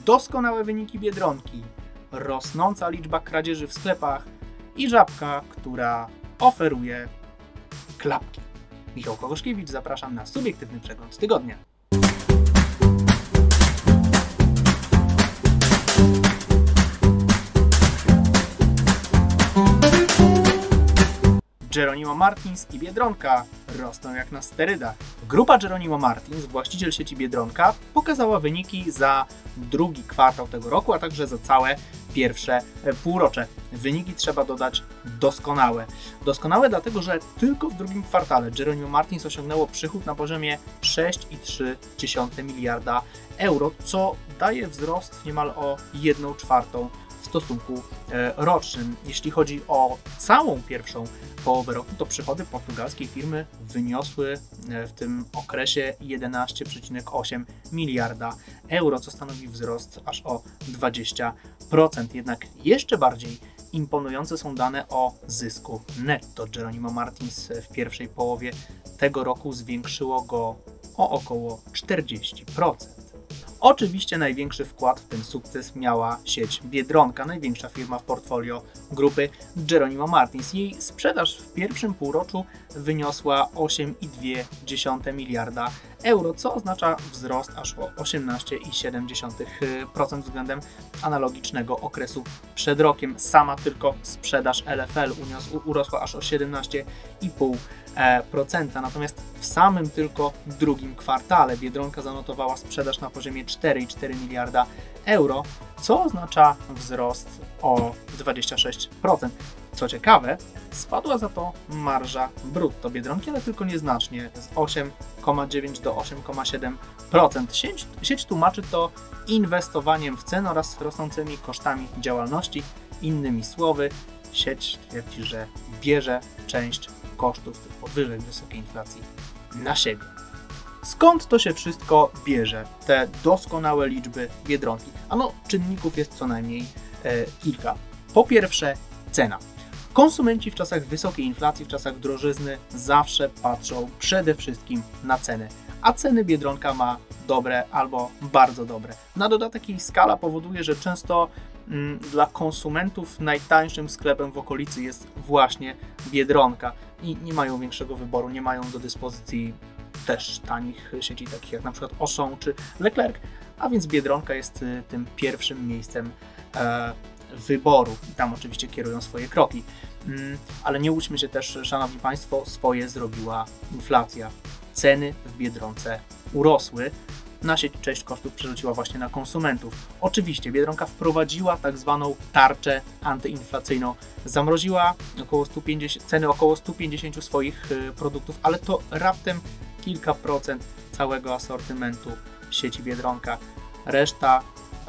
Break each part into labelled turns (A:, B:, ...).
A: doskonałe wyniki Biedronki, rosnąca liczba kradzieży w sklepach i Żabka, która oferuje klapki. Michał Kogoszkiewicz, zapraszam na subiektywny przegląd tygodnia. Jeronimo Martins i Biedronka rosną jak na sterydach. Grupa Jeronimo Martins, właściciel sieci Biedronka, pokazała wyniki za drugi kwartał tego roku, a także za całe pierwsze półrocze. Wyniki trzeba dodać doskonałe. Doskonałe dlatego, że tylko w drugim kwartale Jeronimo Martins osiągnęło przychód na poziomie 6,3 miliarda euro, co daje wzrost niemal o 1/4 w stosunku rocznym. Jeśli chodzi o całą pierwszą połowę roku, to przychody portugalskiej firmy wyniosły w tym okresie 11,8 miliarda euro, co stanowi wzrost aż o 20%. Jednak jeszcze bardziej imponujące są dane o zysku netto. Jeronimo Martins w pierwszej połowie tego roku zwiększyło go o około 40%. Oczywiście największy wkład w ten sukces miała sieć Biedronka, największa firma w portfolio grupy Jeronimo Martins. Jej sprzedaż w pierwszym półroczu wyniosła 8,2 miliarda euro, co oznacza wzrost aż o 18,7% względem analogicznego okresu przed rokiem. Sama tylko sprzedaż LFL urosła aż o 17,5%. Natomiast w samym tylko drugim kwartale Biedronka zanotowała sprzedaż na poziomie 4,4 miliarda euro, co oznacza wzrost o 26%. Co ciekawe, spadła za to marża brutto Biedronki, ale tylko nieznacznie, z 8,9 do 8,7%. Sieć tłumaczy to inwestowaniem w ceny oraz rosnącymi kosztami działalności. Innymi słowy, sieć twierdzi, że bierze część kosztów tych podwyżek wysokiej inflacji na siebie. Skąd to się wszystko bierze, te doskonałe liczby Biedronki? Ano, czynników jest co najmniej kilka. Po pierwsze, cena. Konsumenci w czasach wysokiej inflacji, w czasach drożyzny zawsze patrzą przede wszystkim na ceny, a ceny Biedronka ma dobre albo bardzo dobre. Na dodatek jej skala powoduje, że często dla konsumentów najtańszym sklepem w okolicy jest właśnie Biedronka i nie mają większego wyboru, nie mają do dyspozycji też tanich sieci takich jak na przykład Auchan czy Leclerc, a więc Biedronka jest tym pierwszym miejscem wyboru i tam oczywiście kierują swoje kroki. Ale nie łudźmy się też, szanowni Państwo, swoje zrobiła inflacja. Ceny w Biedronce urosły. Na sieć część kosztów przerzuciła właśnie na konsumentów. Oczywiście Biedronka wprowadziła tak zwaną tarczę antyinflacyjną. Zamroziła ceny około 150 swoich produktów, ale to raptem kilka procent całego asortymentu sieci Biedronka. Reszta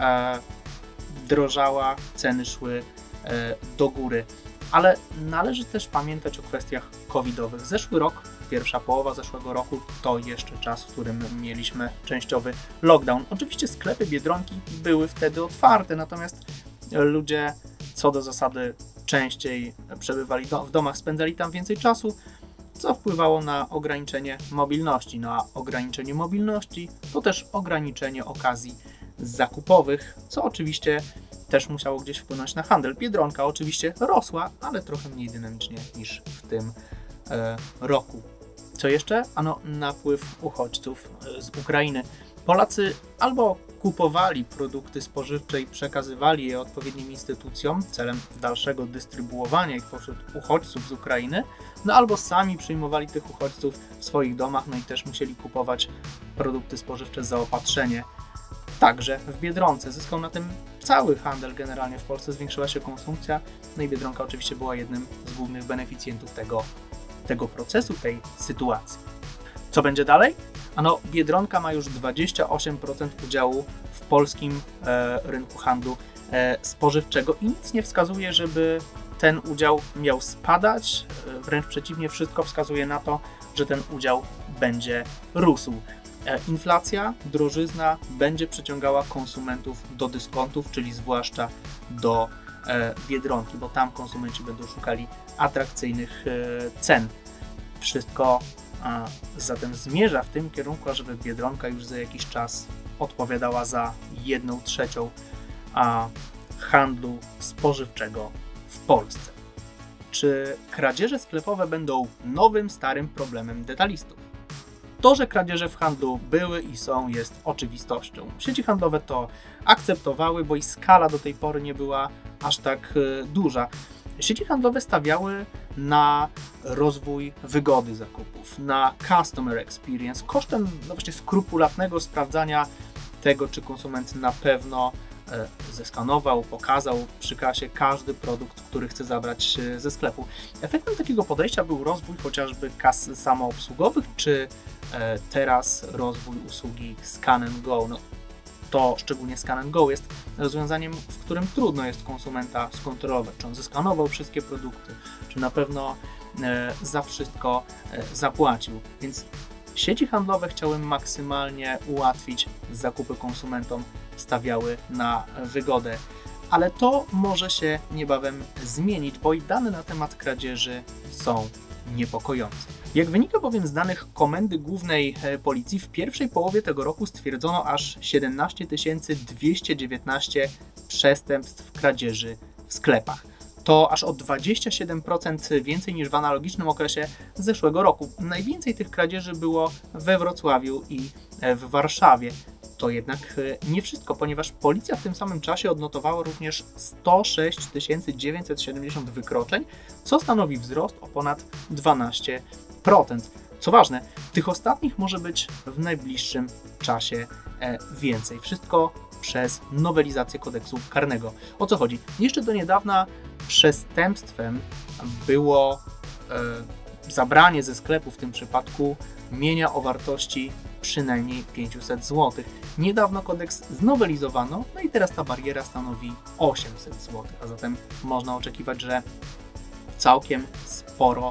A: drożała, ceny szły do góry. Ale należy też pamiętać o kwestiach covidowych. Zeszły rok, pierwsza połowa zeszłego roku to jeszcze czas, w którym mieliśmy częściowy lockdown. Oczywiście sklepy Biedronki były wtedy otwarte, natomiast ludzie co do zasady częściej przebywali w domach, spędzali tam więcej czasu, co wpływało na ograniczenie mobilności. No a ograniczenie mobilności to też ograniczenie okazji zakupowych, co oczywiście też musiało gdzieś wpłynąć na handel. Biedronka oczywiście rosła, ale trochę mniej dynamicznie niż w tym roku. Co jeszcze? Ano napływ uchodźców z Ukrainy. Polacy albo kupowali produkty spożywcze i przekazywali je odpowiednim instytucjom celem dalszego dystrybuowania ich pośród uchodźców z Ukrainy, no albo sami przyjmowali tych uchodźców w swoich domach, no i też musieli kupować produkty spożywcze, zaopatrzenie. Także w Biedronce. Zyskał na tym cały handel generalnie w Polsce, zwiększyła się konsumpcja, no i Biedronka oczywiście była jednym z głównych beneficjentów tego procesu, tej sytuacji. Co będzie dalej? Ano, Biedronka ma już 28% udziału w polskim rynku handlu spożywczego i nic nie wskazuje, żeby ten udział miał spadać. Wręcz przeciwnie, wszystko wskazuje na to, że ten udział będzie rósł. Inflacja, drożyzna będzie przyciągała konsumentów do dyskontów, czyli zwłaszcza do Biedronki, bo tam konsumenci będą szukali atrakcyjnych cen. Wszystko zatem zmierza w tym kierunku, ażeby Biedronka już za jakiś czas odpowiadała za 1/3 handlu spożywczego w Polsce. Czy kradzieże sklepowe będą nowym, starym problemem detalistów? To, że kradzieże w handlu były i są, jest oczywistością. Sieci handlowe to akceptowały, bo ich skala do tej pory nie była aż tak duża. Sieci handlowe stawiały na rozwój wygody zakupów, na customer experience, kosztem właśnie skrupulatnego sprawdzania tego, czy konsument na pewno zeskanował, pokazał przy kasie każdy produkt, który chce zabrać ze sklepu. Efektem takiego podejścia był rozwój chociażby kas samoobsługowych, czy teraz rozwój usługi Scan and Go. No, to szczególnie Scan and Go jest rozwiązaniem, w którym trudno jest konsumenta skontrolować, czy on zeskanował wszystkie produkty, czy na pewno za wszystko zapłacił. Więc sieci handlowe chciały maksymalnie ułatwić zakupy konsumentom, stawiały na wygodę. Ale to może się niebawem zmienić, bo i dane na temat kradzieży są niepokojące. Jak wynika bowiem z danych Komendy Głównej Policji, w pierwszej połowie tego roku stwierdzono aż 17 219 przestępstw kradzieży w sklepach. To aż o 27% więcej niż w analogicznym okresie zeszłego roku. Najwięcej tych kradzieży było we Wrocławiu i w Warszawie. To jednak nie wszystko, ponieważ policja w tym samym czasie odnotowała również 106 970 wykroczeń, co stanowi wzrost o ponad 12%. Co ważne, tych ostatnich może być w najbliższym czasie więcej. Wszystko przez nowelizację kodeksu karnego. O co chodzi? Jeszcze do niedawna przestępstwem było zabranie ze sklepu, w tym przypadku mienia o wartości przynajmniej 500 zł. Niedawno kodeks znowelizowano, no i teraz ta bariera stanowi 800 zł, a zatem można oczekiwać, że całkiem sporo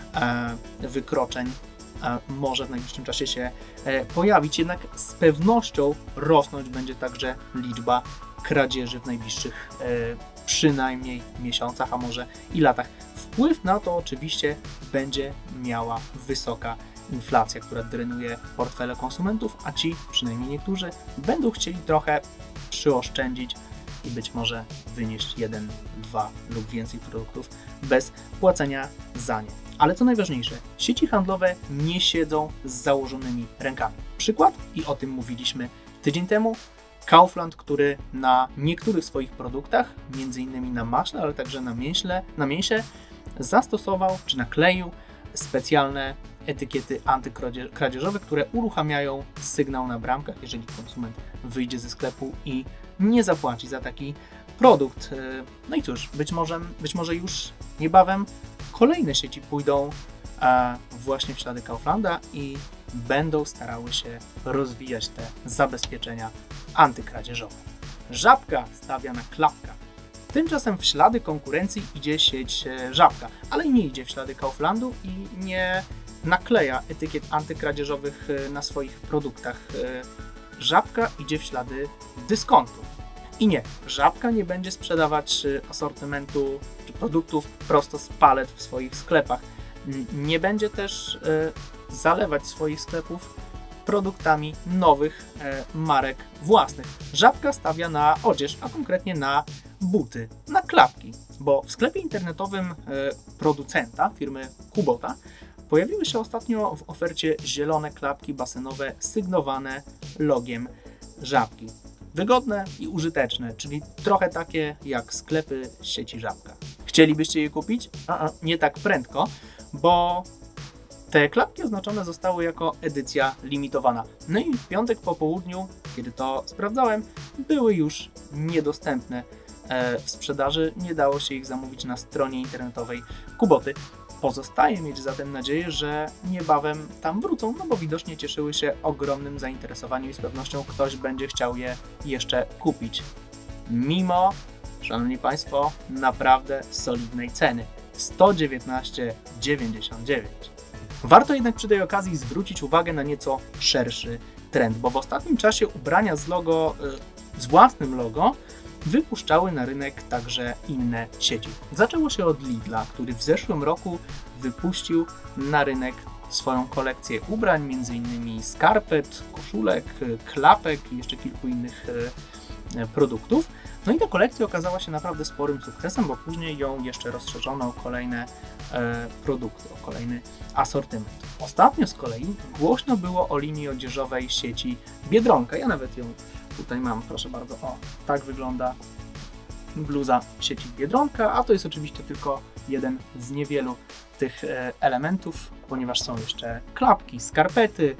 A: wykroczeń może w najbliższym czasie się pojawić, jednak z pewnością rosnąć będzie także liczba kradzieży w najbliższych przynajmniej miesiącach, a może i latach. Wpływ na to oczywiście będzie miała wysoka inflacja, która drenuje portfele konsumentów, a ci, przynajmniej niektórzy, będą chcieli trochę przyoszczędzić i być może wynieść 1, 2 lub więcej produktów bez płacenia za nie. Ale co najważniejsze, sieci handlowe nie siedzą z założonymi rękami. Przykład, i o tym mówiliśmy tydzień temu, Kaufland, który na niektórych swoich produktach, m.in. na maśle, ale także na mięsie, zastosował czy nakleił specjalne etykiety antykradzieżowe, które uruchamiają sygnał na bramkach, jeżeli konsument wyjdzie ze sklepu i nie zapłaci za taki produkt. No i cóż, być może już niebawem kolejne sieci pójdą właśnie w ślady Kauflanda i będą starały się rozwijać te zabezpieczenia antykradzieżowe. Żabka stawia na klapkach. Tymczasem w ślady konkurencji idzie sieć Żabka, ale nie idzie w ślady Kauflandu i nie nakleja etykiet antykradzieżowych na swoich produktach. Żabka idzie w ślady dyskontu. I nie, Żabka nie będzie sprzedawać asortymentu czy produktów prosto z palet w swoich sklepach. Nie będzie też zalewać swoich sklepów produktami nowych marek własnych. Żabka stawia na odzież, a konkretnie na buty, na klapki, bo w sklepie internetowym producenta, firmy Kubota, pojawiły się ostatnio w ofercie zielone klapki basenowe sygnowane logiem Żabki. Wygodne i użyteczne, czyli trochę takie jak sklepy sieci Żabka. Chcielibyście je kupić? Nie tak prędko, bo te klapki oznaczone zostały jako edycja limitowana. No i w piątek po południu, kiedy to sprawdzałem, były już niedostępne w sprzedaży. Nie dało się ich zamówić na stronie internetowej Kuboty. Pozostaje mieć zatem nadzieję, że niebawem tam wrócą, no bo widocznie cieszyły się ogromnym zainteresowaniem i z pewnością ktoś będzie chciał je jeszcze kupić. Mimo, szanowni Państwo, naprawdę solidnej ceny. 119,99. Warto jednak przy tej okazji zwrócić uwagę na nieco szerszy trend, bo w ostatnim czasie ubrania z własnym logo wypuszczały na rynek także inne sieci. Zaczęło się od Lidla, który w zeszłym roku wypuścił na rynek swoją kolekcję ubrań, m.in. skarpet, koszulek, klapek i jeszcze kilku innych produktów. No i ta kolekcja okazała się naprawdę sporym sukcesem, bo później ją jeszcze rozszerzono o kolejne produkty, o kolejny asortyment. Ostatnio z kolei głośno było o linii odzieżowej sieci Biedronka. Ja nawet ją tutaj mam, proszę bardzo. O, tak wygląda bluza sieci Biedronka, a to jest oczywiście tylko jeden z niewielu tych elementów, ponieważ są jeszcze klapki, skarpety,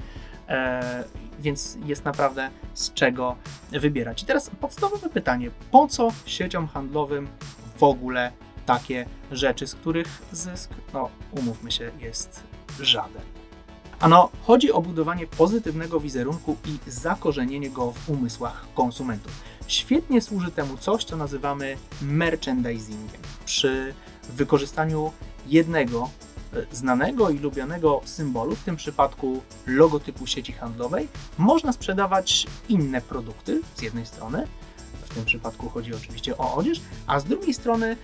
A: więc jest naprawdę z czego wybierać. I teraz podstawowe pytanie, po co sieciom handlowym w ogóle takie rzeczy, z których zysk, no umówmy się, jest żaden. Ano, chodzi o budowanie pozytywnego wizerunku i zakorzenienie go w umysłach konsumentów. Świetnie służy temu coś, co nazywamy merchandisingiem. Przy wykorzystaniu jednego znanego i lubianego symbolu, w tym przypadku logotypu sieci handlowej, można sprzedawać inne produkty z jednej strony, w tym przypadku chodzi oczywiście o odzież, a z drugiej strony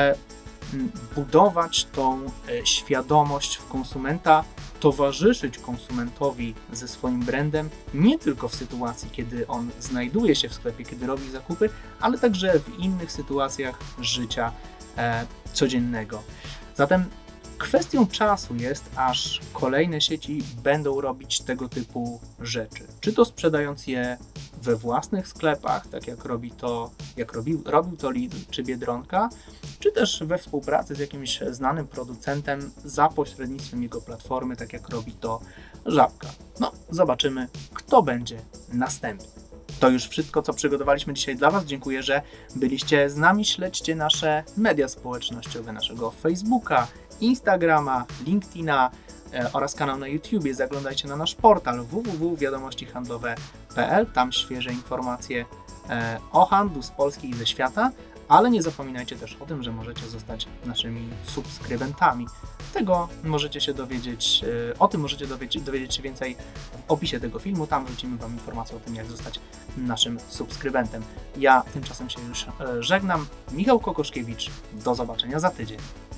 A: budować tą świadomość w konsumenta, towarzyszyć konsumentowi ze swoim brandem nie tylko w sytuacji, kiedy on znajduje się w sklepie, kiedy robi zakupy, ale także w innych sytuacjach życia codziennego. Zatem kwestią czasu jest, aż kolejne sieci będą robić tego typu rzeczy. Czy to sprzedając je we własnych sklepach, tak jak robił to Lidl czy Biedronka, czy też we współpracy z jakimś znanym producentem za pośrednictwem jego platformy, tak jak robi to Żabka. No, zobaczymy, kto będzie następny. To już wszystko, co przygotowaliśmy dzisiaj dla Was. Dziękuję, że byliście z nami. Śledźcie nasze media społecznościowe, naszego Facebooka, Instagrama, LinkedIna oraz kanał na YouTubie. Zaglądajcie na nasz portal www.wiadomościhandlowe.pl. Tam świeże informacje o handlu z Polski i ze świata, ale nie zapominajcie też o tym, że możecie zostać naszymi subskrybentami. O tym możecie dowiedzieć się więcej w opisie tego filmu. Tam wrzucimy Wam informacje o tym, jak zostać naszym subskrybentem. Ja tymczasem się już żegnam. Michał Kokoszkiewicz. Do zobaczenia za tydzień.